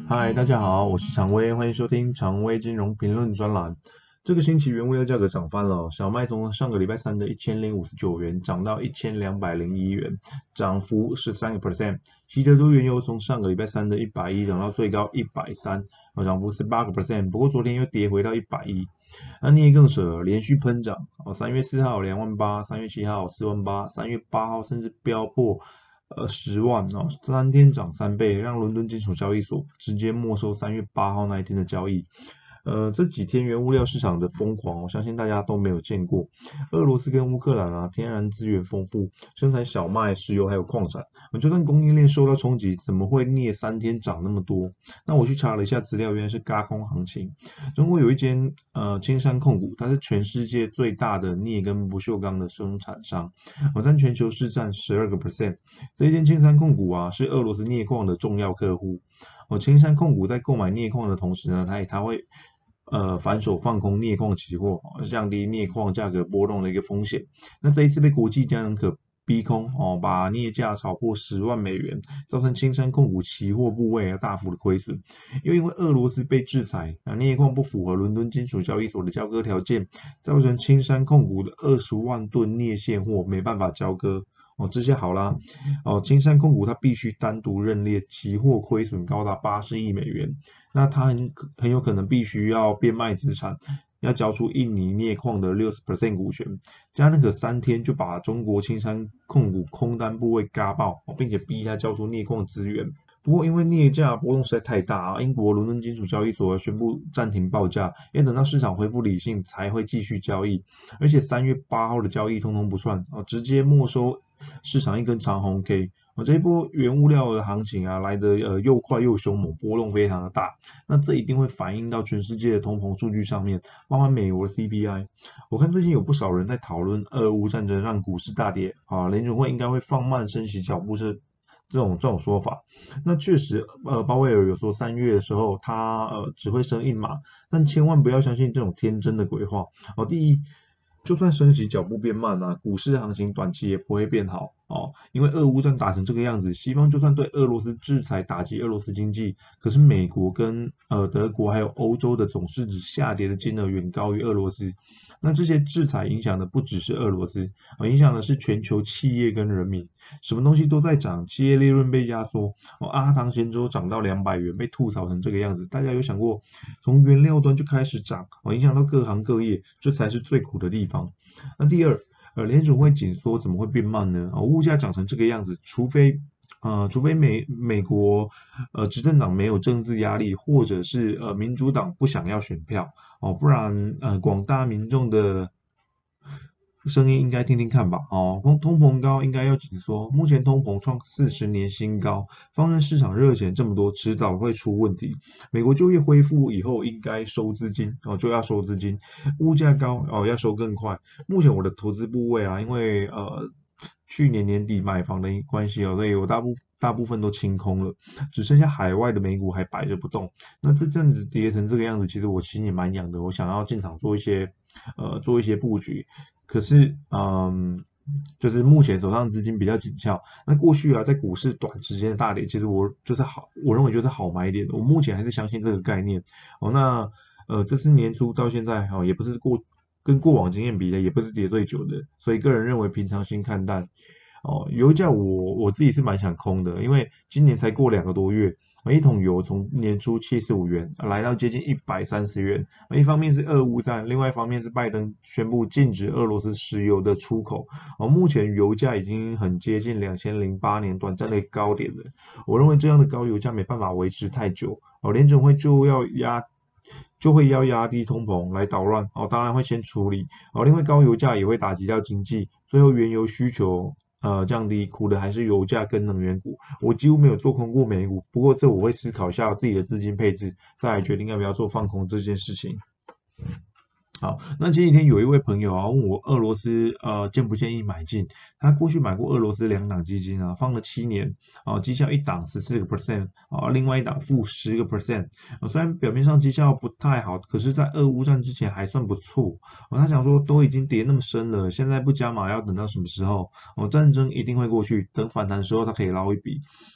嗨，大家好，我是常威，欢迎收听常威金融评论专栏。这个星期原物料价格涨翻了，小麦从上个礼拜三的1059元涨到1201元，涨幅13%。西德州原油从上个礼拜三的110涨到最高130，涨幅18%。不过昨天又跌回到110。那镍更扯了，连续喷涨，3月4号28000，3月7号48000，3月8号甚至飙破10万3天涨3倍，让伦敦金属交易所直接没收3月8号那一天的交易。这几天原物料市场的疯狂，我相信大家都没有见过。俄罗斯跟乌克兰天然资源丰富，生产小麦、石油还有矿产，就算供应链受到冲击，怎么会镍3天涨那么多？那我去查了一下资料，原来是轧空行情。中国有一间青山控股，它是全世界最大的镍跟不锈钢的生产商，占全球市占12%。这一间青山控股是俄罗斯镍矿的重要客户。青山控股在购买镍矿的同时呢，它会反手放空镍矿期货，降低镍矿价格波动的一个风险。那这一次被国际嘉能可逼空把镍价炒破10万美元，造成青山控股期货部位大幅的亏损。又因为俄罗斯被制裁，镍矿不符合伦敦金属交易所的交割条件，造成青山控股的20万吨镍现货没办法交割。这下好啦，金山控股它必须单独认列期货亏损高达80亿美元，那它很有可能必须要变卖资产，要交出印尼镍矿的60% 股权。嘉能可3天就把中国青山控股空单部位嘎爆，并且逼他交出镍矿资源。不过因为镍价波动实在太大，英国伦敦金属交易所宣布暂停报价，要等到市场恢复理性才会继续交易。而且3月8号的交易通通不算，直接没收市场一根长红 K。这一波原物料的行情来得又快又凶猛，波动非常的大。那这一定会反映到全世界的通膨数据上面，包括美国的 CPI。我看最近有不少人在讨论俄乌战争让股市大跌联准会应该会放慢升息脚步是这种说法。那确实鲍威尔有说3月的时候他只会升1码，但千万不要相信这种天真的鬼话。第一，就算升息脚步变慢股市行情短期也不会变好因为俄乌战打成这个样子，西方就算对俄罗斯制裁打击俄罗斯经济，可是美国跟德国还有欧洲的总市值下跌的金额远高于俄罗斯。那这些制裁影响的不只是俄罗斯，影响的是全球企业跟人民，什么东西都在涨，企业利润被压缩阿唐咸粥涨到200元，被吐槽成这个样子。大家有想过从原料端就开始涨影响到各行各业，这才是最苦的地方。那第二，联准会紧缩怎么会变慢呢？物价涨成这个样子，除非美国执政党没有政治压力，或者是民主党不想要选票不然广大民众的声音应该听听看吧通膨高应该要紧缩，目前通膨创40年新高，放任市场热钱这么多，迟早会出问题。美国就业恢复以后应该收资金就要收资金，物价高要收更快。目前我的投资部位因为去年年底买房的关系所以我大部分都清空了，只剩下海外的美股还摆着不动。那这阵子跌成这个样子，其实我心也蛮痒的，我想要进场做一些布局。可是就是目前手上资金比较紧俏。那过去在股市短时间的大跌，其实我认为就是好买点。我目前还是相信这个概念那这次年初到现在也不是跟过往经验比的，也不是跌最久的，所以个人认为平常心看待。油价我自己是蛮想空的，因为今年才过2个多月，一桶油从年初75元来到接近130元。一方面是俄乌战，另外一方面是拜登宣布禁止俄罗斯石油的出口。目前油价已经很接近2008年短暂的高点了。我认为这样的高油价没办法维持太久，联准会就会要压低通膨来捣乱当然会先处理另外高油价也会打击到经济，最后原油需求降低，苦的还是油价跟能源股。我几乎没有做空过美股，不过这我会思考一下自己的资金配置，再来决定要不要做放空这件事情。好，那前几天有一位朋友问我俄罗斯建不建议买进？他过去买过俄罗斯2档基金放了7年绩效一档14% 另外一档负10%虽然表面上绩效不太好，可是在俄乌战之前还算不错他想说都已经跌那么深了，现在不加码要等到什么时候战争一定会过去，等反弹的时候他可以捞一笔。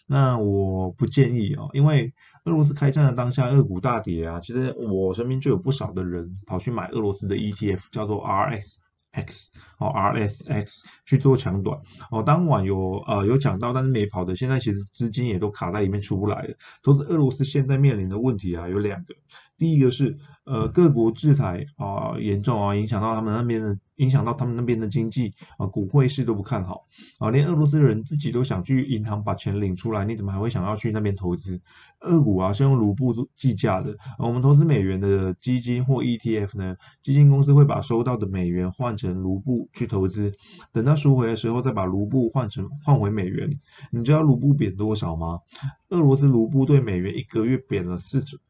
那我不建议哦，因为俄罗斯开战的当下，俄股大跌啊，其实我身边就有不少的人跑去买俄罗斯的 ETF，叫做 RSX 哦 RSX 去做抢短哦，当晚有讲到，但是没跑的，现在其实资金也都卡在里面出不来了。投资俄罗斯现在面临的问题啊有两个，第一个是各国制裁严重啊，影响到他们那边的经济股汇市都不看好连俄罗斯人自己都想去银行把钱领出来，你怎么还会想要去那边投资？俄股啊是用卢布计价的，我们投资美元的基金或 ETF 呢，基金公司会把收到的美元换成卢布去投资，等到赎回的时候再把卢布换回美元。你知道卢布贬多少吗？俄罗斯卢布对美元一个月贬了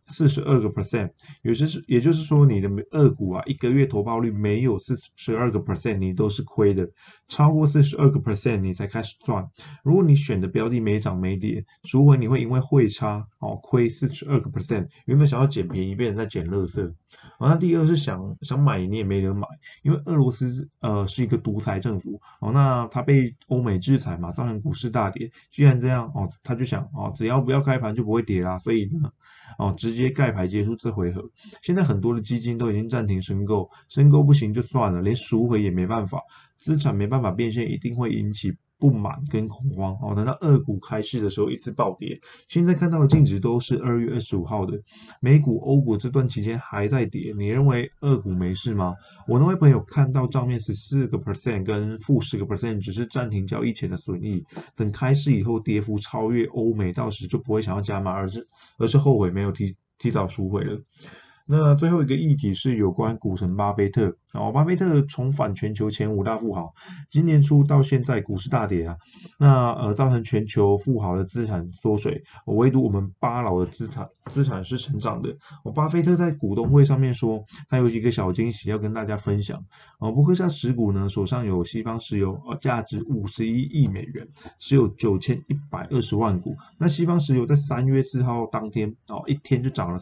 42%，也就是说你的俄股啊一个月投报率没有42%，你都是亏的，超过42%你才开始赚。如果你选的标的没涨没跌，赎回你会因为汇差亏42%，原本想要捡便宜，被人在捡垃圾。那第二是想买你也没得买，因为俄罗斯是一个独裁政府那他被欧美制裁嘛，造成股市大跌。既然这样他就想只要不要开盘就不会跌啦，所以呢直接盖牌结束这回合。现在很多的基金都已经暂停申购，申购不行就算了，连赎回也没办法，资产没办法变现，一定会引起不满跟恐慌等到俄股开市的时候一次暴跌。现在看到的净值都是2月25号的，美股、欧股这段期间还在跌，你认为俄股没事吗？我那位朋友看到账面14%跟负10%，只是暂停交易前的损益，等开市以后跌幅超越欧美，到时就不会想要加码，而是后悔没有提早赎回了。那最后一个议题是有关股神巴菲特巴菲特重返全球前5大富豪，今年初到现在股市大跌那造成全球富豪的资产缩水，唯独我们巴老的资产是成长的。巴菲特在股东会上面说，他有一个小惊喜要跟大家分享伯克夏持股呢手上有西方石油价值51亿美元，持有9120万股。那西方石油在3月4号当天一天就涨了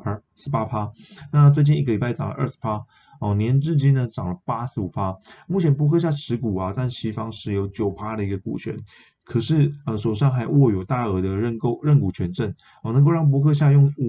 18%，那最近一个礼拜涨了20%年至今呢涨了85%。目前伯克夏持股占西方石油9%的一个股权，可是手上还握有大额的认股权证能够让伯克夏用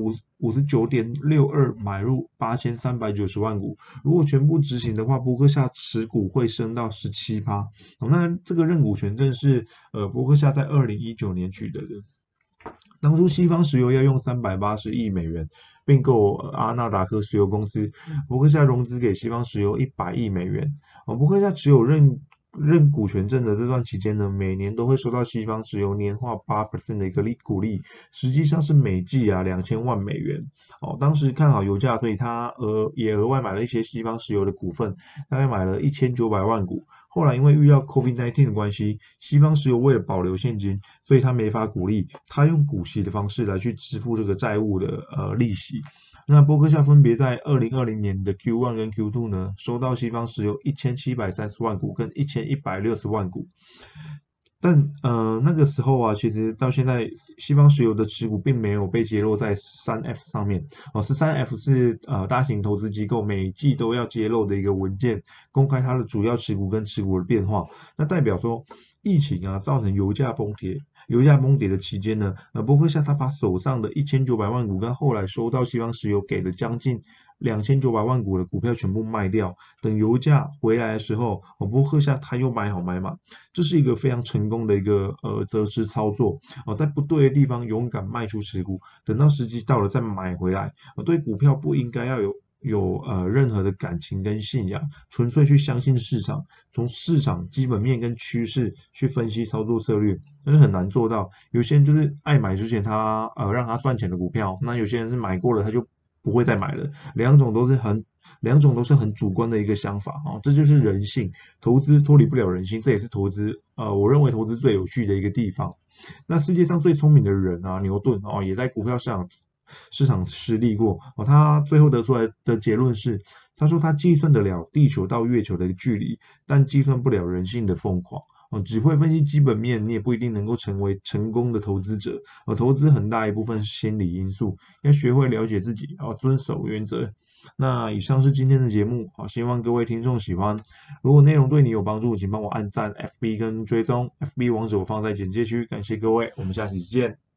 59.62买入8390万股。如果全部执行的话，伯克夏持股会升到17%那这个认股权证是伯克夏在2019年取得的。当初西方石油要用380亿美元并购阿纳达克石油公司，伯克夏融资给西方石油100亿美元伯克夏持有认股权证的这段期间呢，每年都会收到西方石油年化8% 的一个股利，实际上是每季2000万美元当时看好油价，所以他也额外买了一些西方石油的股份，大概买了1900万股。后来因为遇到 COVID-19 的关系，西方石油为了保留现金，所以他没法股利，他用股息的方式来去支付这个债务的利息。那伯克夏分别在2020年的 Q1 跟 Q2 呢，收到西方石油1730万股跟1160万股。但那个时候其实到现在西方石油的持股并没有被揭露在 3F 上面13F 是大型投资机构每季都要揭露的一个文件，公开它的主要持股跟持股的变化。那代表说疫情造成油价崩跌的期间呢，伯克夏他把手上的1900万股跟后来收到西方石油给的将近2900万股的股票全部卖掉，等油价回来的时候伯克夏他又买好买满，这是一个非常成功的一个择时操作在不对的地方勇敢卖出持股，等到时机到了再买回来对股票不应该要有任何的感情跟信仰，纯粹去相信市场，从市场基本面跟趋势去分析操作策略，但是很难做到。有些人就是爱买之前他让他赚钱的股票，那有些人是买过了他就不会再买了，两种都是很主观的一个想法这就是人性，投资脱离不了人性，这也是投资我认为投资最有趣的一个地方。那世界上最聪明的人牛顿也在股票市场失利过他最后得出来的结论是，他说他计算得了地球到月球的距离，但计算不了人性的疯狂只会分析基本面，你也不一定能够成为成功的投资者。投资很大一部分是心理因素，要学会了解自己，遵守原则。那以上是今天的节目，希望各位听众喜欢。如果内容对你有帮助，请帮我按赞、FB 跟追踪，FB 网址我放在简介区。感谢各位，我们下期见。